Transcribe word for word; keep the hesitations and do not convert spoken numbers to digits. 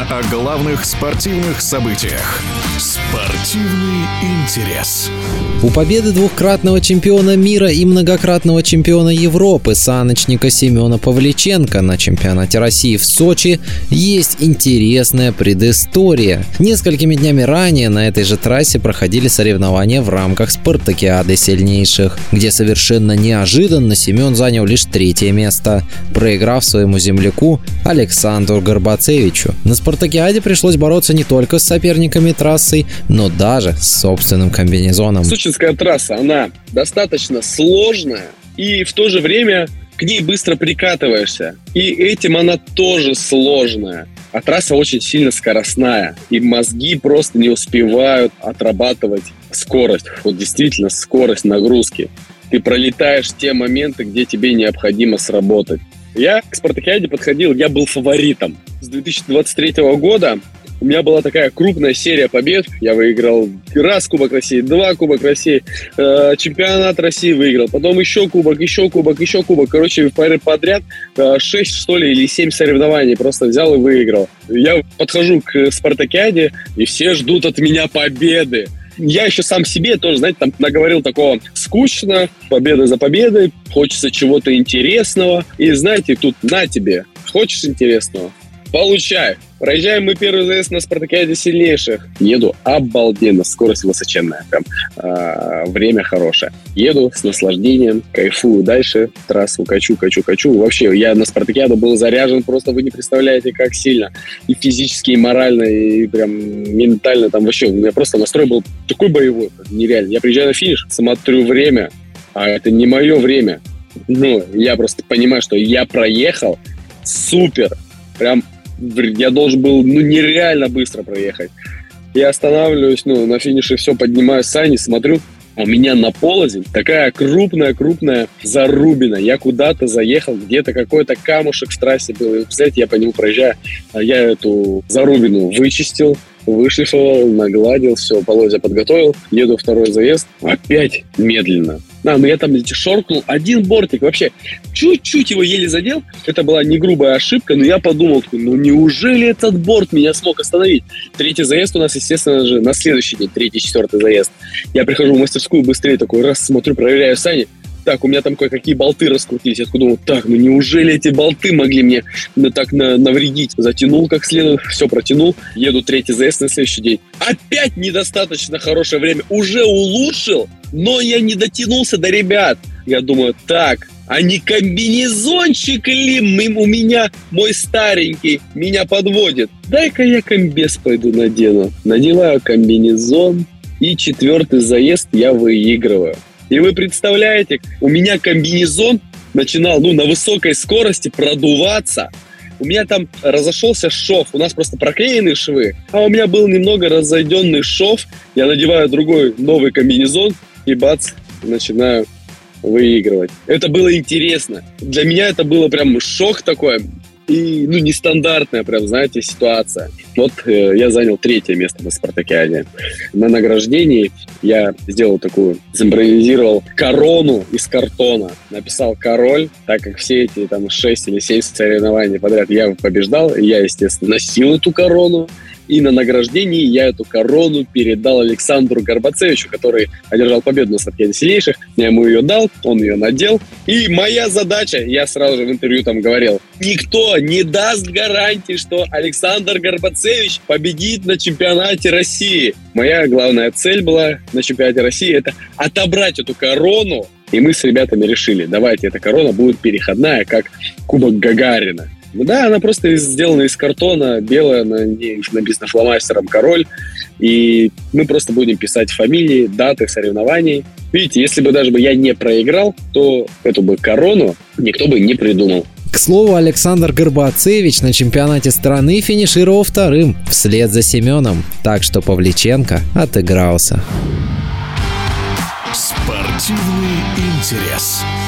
о главных спортивных событиях. Спортивный интерес. У победы двукратного чемпиона мира и многократного чемпиона Европы саночника Семена Павличенко на чемпионате России в Сочи есть интересная предыстория. Несколькими днями ранее на этой же трассе проходили соревнования в рамках спартакиады сильнейших, где совершенно неожиданно Семен занял лишь третье место, проиграв своему земляку Александру Горбацевичу. На спартакиаде пришлось бороться не только с соперниками трассы, но даже с собственным комбинезоном. Сочинская трасса, она достаточно сложная, и в то же время к ней быстро прикатываешься. И этим она тоже сложная. А трасса очень сильно скоростная, и мозги просто не успевают отрабатывать скорость. Вот действительно скорость нагрузки. Ты пролетаешь те моменты, где тебе необходимо сработать. Я к спартакиаде подходил, я был фаворитом. С две тысячи двадцать третьего года у меня была такая крупная серия побед. Я выиграл раз Кубок России, два Кубок России, э, чемпионат России выиграл, потом еще Кубок, еще Кубок, еще Кубок. Короче, подряд э, шесть, что ли, или семь соревнований просто взял и выиграл. Я подхожу к спартакиаде, и все ждут от меня победы. Я еще сам себе тоже, знаете, там наговорил такого: скучно, победа за победой, хочется чего-то интересного. И знаете, тут на тебе, хочешь интересного? Получай. Проезжаем мы первый заезд на спартакиаде сильнейших. Еду обалденно, скорость высоченная, прям э, время хорошее. Еду с наслаждением, кайфую дальше, трассу качу, качу, качу. Вообще, я на спартакиаду был заряжен, просто вы не представляете, как сильно. И физически, и морально, и прям ментально. Там вообще, у меня просто настрой был такой боевой, нереально. Я приезжаю на финиш, смотрю время, а это не мое время. Ну, я просто понимаю, что я проехал супер, прям я должен был, ну, нереально быстро проехать. Я останавливаюсь, ну, на финише все, поднимаю сани, смотрю, а у меня на полозе такая крупная-крупная зарубина. Я куда-то заехал, где-то какой-то камушек в трассе был. И, представляете, я по нему проезжаю, а я эту зарубину вычистил, вышлифовал, нагладил, все, полозья подготовил. Еду второй заезд, опять медленно. А, ну я там шоркнул один бортик, вообще чуть-чуть его еле задел. Это была не грубая ошибка, но я подумал, ну неужели этот борт меня смог остановить? Третий заезд у нас, естественно же, на следующий день, третий, четвертый заезд. Я прихожу в мастерскую быстрее, такой раз смотрю, проверяю сани. Так, у меня там кое-какие болты раскрутились. Я такой думал, так, ну неужели эти болты могли мне ну, так на, навредить? Затянул как следует, все протянул. Еду третий заезд на следующий день. Опять недостаточно хорошее время. Уже улучшил, но я не дотянулся до ребят. Я думаю, так, а не комбинезончик ли у меня, мой старенький, меня подводит? Дай-ка я комбез пойду надену. Надеваю комбинезон, и четвертый заезд я выигрываю. И вы представляете, у меня комбинезон начинал, ну, на высокой скорости продуваться. У меня там разошелся шов, у нас просто проклеены швы, а у меня был немного разойденный шов. Я надеваю другой новый комбинезон и бац, начинаю выигрывать. Это было интересно. Для меня это было прям шок такой. И, ну, нестандартная, прям, знаете, ситуация. Вот э, я занял третье место на спартакиаде. На награждении я сделал такую, символизировал корону из картона. Написал «Король», так как все эти там шесть или семь соревнований подряд я побеждал. И я, естественно, носил эту корону. И на награждении я эту корону передал Александру Горбацевичу, который одержал победу на спартакиаде сильнейших. Я ему ее дал, он ее надел. И моя задача, я сразу же в интервью там говорил, никто не даст гарантии, что Александр Горбацевич победит на чемпионате России. Моя главная цель была на чемпионате России — это отобрать эту корону. И мы с ребятами решили, давайте, эта корона будет переходная, как Кубок Гагарина. Да, она просто сделана из картона, белая, на ней написано фломастером «Король». И мы просто будем писать фамилии, даты соревнований. Видите, если бы даже бы я не проиграл, то эту бы корону никто бы не придумал. К слову, Александр Горбацевич на чемпионате страны финишировал вторым, вслед за Семеном. Так что Павличенко отыгрался. Спортивный интерес.